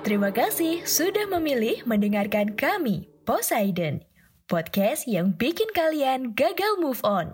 Terima kasih sudah memilih mendengarkan kami, Poseidon, podcast yang bikin kalian gagal move on.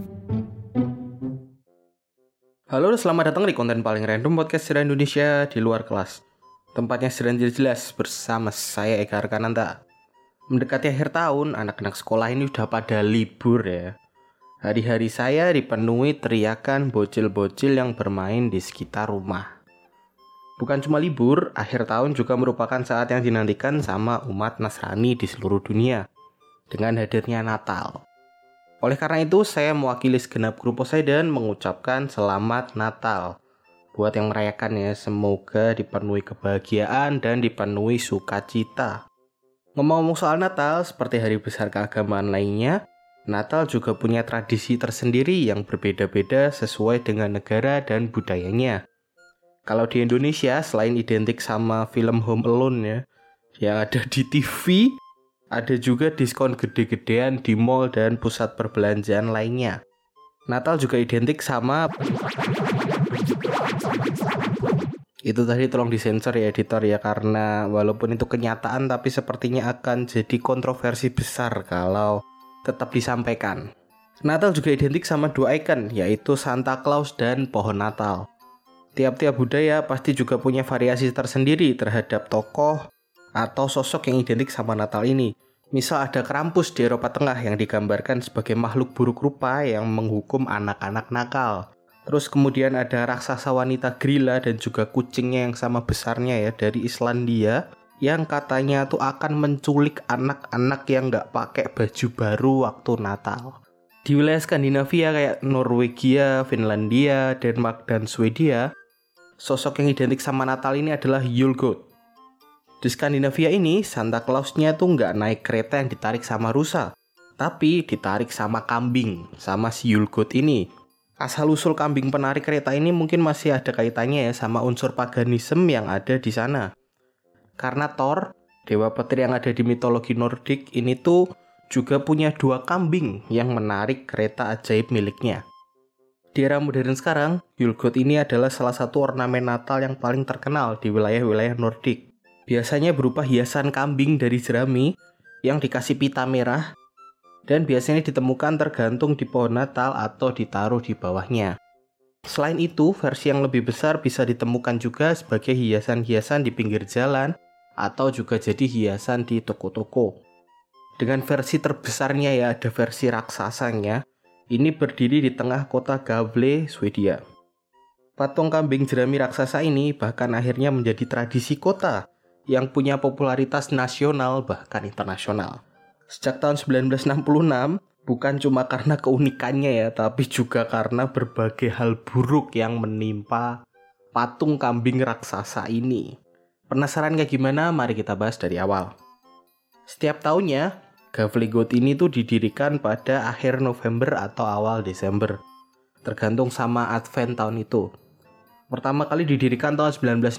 Halo, selamat datang di konten paling random podcast sejarah Indonesia di luar kelas. Tempatnya sederhana jelas bersama saya Eka Arkananta. Mendekati akhir tahun, anak-anak sekolah ini udah pada libur ya. Hari-hari saya dipenuhi teriakan bocil-bocil yang bermain di sekitar rumah. Bukan cuma libur, akhir tahun juga merupakan saat yang dinantikan sama umat Nasrani di seluruh dunia dengan hadirnya Natal. Oleh karena itu, saya mewakili segenap grup Poseidon mengucapkan Selamat Natal. Buat yang merayakannya, semoga dipenuhi kebahagiaan dan dipenuhi sukacita. Ngomong-ngomong soal Natal, seperti hari besar keagamaan lainnya, Natal juga punya tradisi tersendiri yang berbeda-beda sesuai dengan negara dan budayanya. Kalau di Indonesia, selain identik sama film Home Alone ya, yang ada di TV, ada juga diskon gede-gedean di mall dan pusat perbelanjaan lainnya. Natal juga identik sama... Itu tadi tolong disensor ya editor ya, karena walaupun itu kenyataan tapi sepertinya akan jadi kontroversi besar kalau tetap disampaikan. Natal juga identik sama dua ikon, yaitu Santa Claus dan pohon Natal. Tiap-tiap budaya pasti juga punya variasi tersendiri terhadap tokoh atau sosok yang identik sama Natal ini. Misal ada Krampus di Eropa Tengah yang digambarkan sebagai makhluk buruk rupa yang menghukum anak-anak nakal. Terus kemudian ada raksasa wanita Grilla dan juga kucingnya yang sama besarnya ya dari Islandia yang katanya tuh akan menculik anak-anak yang nggak pakai baju baru waktu Natal. Di wilayah Skandinavia kayak Norwegia, Finlandia, Denmark, dan Swedia, sosok yang identik sama Natal ini adalah Yule God. Di Skandinavia ini, Santa Claus-nya tuh nggak naik kereta yang ditarik sama rusa, tapi ditarik sama kambing, sama si Yule God ini. Asal-usul kambing penarik kereta ini mungkin masih ada kaitannya ya sama unsur paganisme yang ada di sana. Karena Thor, dewa petir yang ada di mitologi Nordik ini tuh juga punya dua kambing yang menarik kereta ajaib miliknya. Di era modern sekarang, Yule God ini adalah salah satu ornamen Natal yang paling terkenal di wilayah-wilayah Nordik. Biasanya berupa hiasan kambing dari jerami yang dikasih pita merah dan biasanya ditemukan tergantung di pohon Natal atau ditaruh di bawahnya. Selain itu, versi yang lebih besar bisa ditemukan juga sebagai hiasan-hiasan di pinggir jalan atau juga jadi hiasan di toko-toko. Dengan versi terbesarnya ya ada versi raksasanya. Ini berdiri di tengah kota Gavle, Swedia. Patung kambing jerami raksasa ini bahkan akhirnya menjadi tradisi kota yang punya popularitas nasional bahkan internasional. Sejak tahun 1966, bukan cuma karena keunikannya ya, tapi juga karena berbagai hal buruk yang menimpa patung kambing raksasa ini. Penasaran kayak gimana? Mari kita bahas dari awal. Setiap tahunnya, Gavle God ini tuh didirikan pada akhir November atau awal Desember, tergantung sama Advent tahun itu. Pertama kali didirikan tahun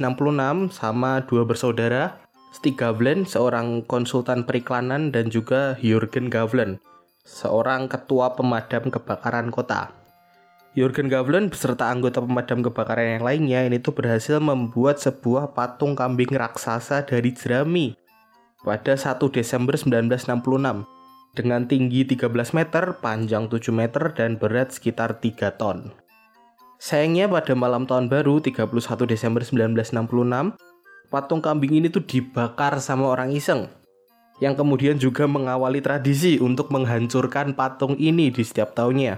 1966 sama dua bersaudara, Stig Gavlen, seorang konsultan periklanan, dan juga Jürgen Gavlen, seorang ketua pemadam kebakaran kota. Jürgen Gavlen beserta anggota pemadam kebakaran yang lainnya ini tuh berhasil membuat sebuah patung kambing raksasa dari jerami pada 1 Desember 1966 dengan tinggi 13 meter, panjang 7 meter, dan berat sekitar 3 ton. Sayangnya pada malam tahun baru 31 Desember 1966, patung kambing ini tuh dibakar sama orang iseng yang kemudian juga mengawali tradisi untuk menghancurkan patung ini di setiap tahunnya.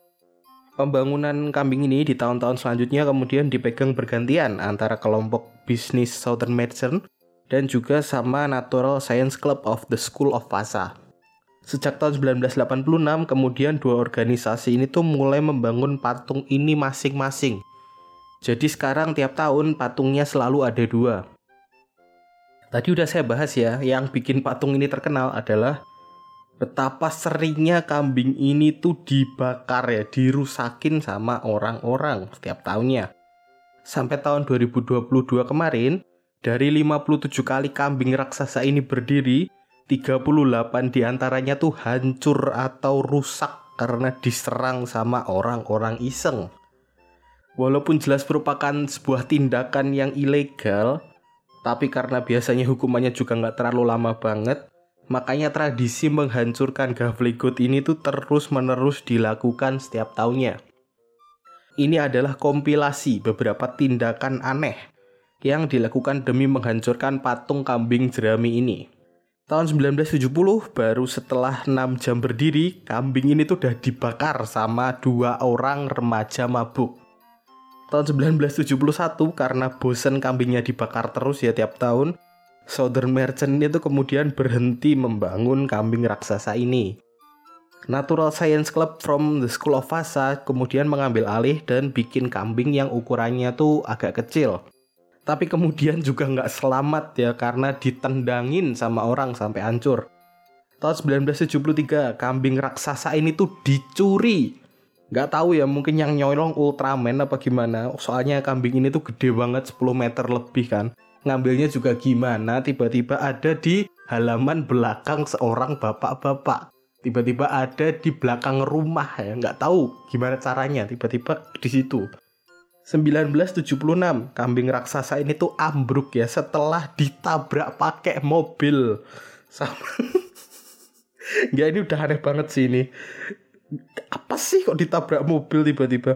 Pembangunan kambing ini di tahun-tahun selanjutnya kemudian dipegang bergantian antara kelompok bisnis Southern Medicine dan juga sama Natural Science Club of the School of Vasa. Sejak tahun 1986, kemudian dua organisasi ini tuh mulai membangun patung ini masing-masing. Jadi sekarang tiap tahun patungnya selalu ada dua. Tadi udah saya bahas ya, yang bikin patung ini terkenal adalah betapa seringnya kambing ini tuh dibakar ya, dirusakin sama orang-orang setiap tahunnya. Sampai tahun 2022 kemarin, dari 57 kali kambing raksasa ini berdiri, 38 diantaranya tuh hancur atau rusak karena diserang sama orang-orang iseng. Walaupun jelas merupakan sebuah tindakan yang ilegal, Tapi karena biasanya hukumannya juga nggak terlalu lama banget, makanya tradisi menghancurkan Gavlegot ini tuh terus-menerus dilakukan setiap tahunnya. Ini adalah kompilasi beberapa tindakan aneh yang dilakukan demi menghancurkan patung kambing jerami ini. Tahun 1970, baru setelah 6 jam berdiri, kambing ini tuh udah dibakar sama 2 orang remaja mabuk. Tahun 1971, karena bosen kambingnya dibakar terus ya tiap tahun, Southern Merchant itu kemudian berhenti membangun kambing raksasa ini. Natural Science Club from the School of Vasa kemudian mengambil alih dan bikin kambing yang ukurannya tuh agak kecil. Tapi kemudian juga nggak selamat ya karena ditendangin sama orang sampai hancur. Tahun 1973 kambing raksasa ini tuh dicuri. Nggak tahu ya, mungkin yang nyolong Ultraman apa gimana. Soalnya kambing ini tuh gede banget, 10 meter lebih kan. Ngambilnya juga gimana, tiba-tiba ada di halaman belakang seorang bapak-bapak. Tiba-tiba ada di belakang rumah ya, nggak tahu gimana caranya tiba-tiba di situ. 1976 kambing raksasa ini tuh ambruk ya setelah ditabrak pakai mobil sama. Nggak, ini udah aneh banget sih ini. Apa sih kok ditabrak mobil tiba-tiba?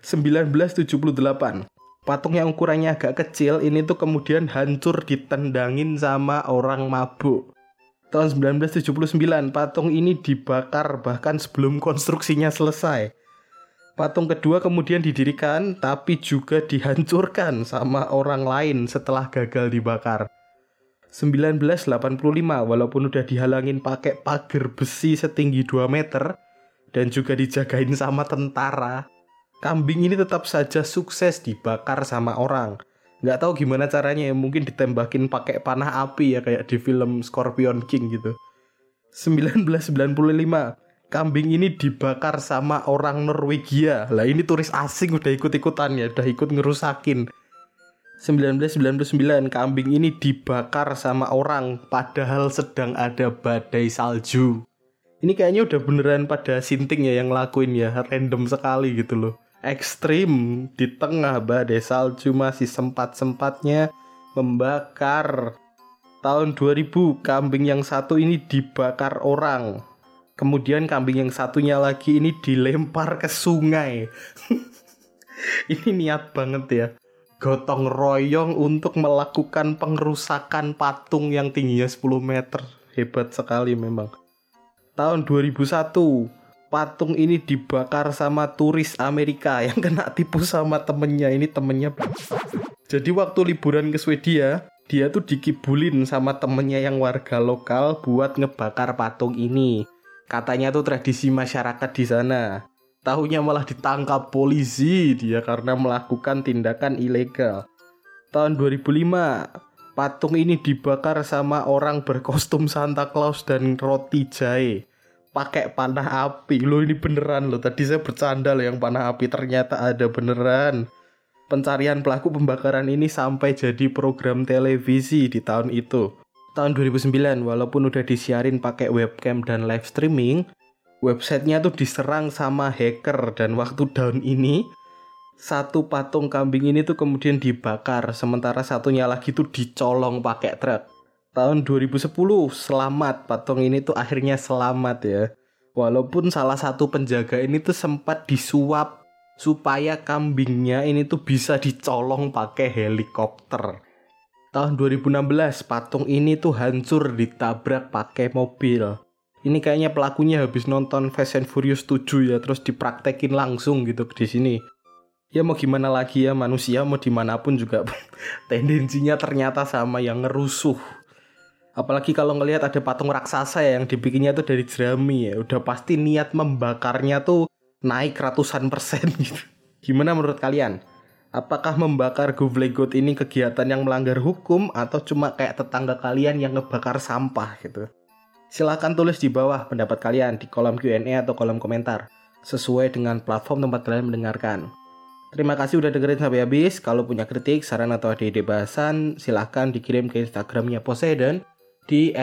1978 patung yang ukurannya agak kecil ini tuh kemudian hancur ditendangin sama orang mabuk. Tahun 1979 patung ini dibakar bahkan sebelum konstruksinya selesai. Patung kedua kemudian didirikan tapi juga dihancurkan sama orang lain setelah gagal dibakar. 1985 walaupun udah dihalangin pakai pagar besi setinggi 2 meter dan juga dijagain sama tentara, kambing ini tetap saja sukses dibakar sama orang. Nggak tahu gimana caranya ya, mungkin ditembakin pakai panah api ya kayak di film Scorpion King gitu. 1995 kambing ini dibakar sama orang Norwegia. Lah ini turis asing udah ikut-ikutan ya, udah ikut ngerusakin. 1999 kambing ini dibakar sama orang padahal sedang ada badai salju. Ini kayaknya udah beneran pada sinting ya yang ngelakuin ya, random sekali gitu loh. Ekstrim, di tengah badai salju masih sempat-sempatnya membakar. Tahun 2000 kambing yang satu ini dibakar orang. Kemudian kambing yang satunya lagi ini dilempar ke sungai. Ini niat banget ya, gotong royong untuk melakukan pengerusakan patung yang tingginya 10 meter. Hebat sekali memang. Tahun 2001 patung ini dibakar sama turis Amerika yang kena tipu sama temennya. Ini temennya. Jadi waktu liburan ke Swedia, dia tuh dikibulin sama temennya yang warga lokal buat ngebakar patung ini. Katanya tuh tradisi masyarakat di sana. Tahunya malah ditangkap polisi dia karena melakukan tindakan ilegal. Tahun 2005, patung ini dibakar sama orang berkostum Santa Claus dan roti jahe. Pakai panah api. Loh ini beneran loh. Tadi saya bercanda loh yang panah api, ternyata ada beneran. Pencarian pelaku pembakaran ini sampai jadi program televisi di tahun itu. Tahun 2009 walaupun udah disiarin pakai webcam dan live streaming, websitenya tuh diserang sama hacker dan waktu tahun ini satu patung kambing ini tuh kemudian dibakar sementara satunya lagi tuh dicolong pakai truk. Tahun 2010 selamat, patung ini tuh akhirnya selamat ya. Walaupun salah satu penjaga ini tuh sempat disuap supaya kambingnya ini tuh bisa dicolong pakai helikopter. Tahun 2016 patung ini tuh hancur ditabrak pakai mobil. Ini kayaknya pelakunya habis nonton Fast and Furious 7 ya, terus dipraktekin langsung gitu di sini. Ya mau gimana lagi ya, manusia mau dimanapun juga tendensinya ternyata sama yang ngerusuh. Apalagi kalau ngelihat ada patung raksasa ya, yang dibikinnya tuh dari jerami ya, udah pasti niat membakarnya tuh naik ratusan persen gitu. Gimana menurut kalian? Apakah membakar Gavlegot ini kegiatan yang melanggar hukum atau cuma kayak tetangga kalian yang ngebakar sampah gitu? Silahkan tulis di bawah pendapat kalian di kolom Q&A atau kolom komentar sesuai dengan platform tempat kalian mendengarkan. Terima kasih udah dengerin sampai habis. Kalau punya kritik, saran atau ada ide bahasan, silahkan dikirim ke Instagramnya Poseidon di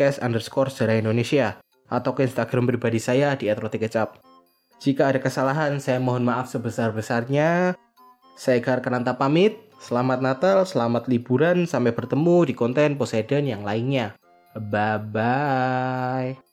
@podcast_sejarah-Indonesia atau ke Instagram pribadi saya di @rotikecap. Jika ada kesalahan, saya mohon maaf sebesar-besarnya. Saya Eka Arkananta pamit. Selamat Natal, selamat liburan, sampai bertemu di konten Poseidon yang lainnya. Bye-bye.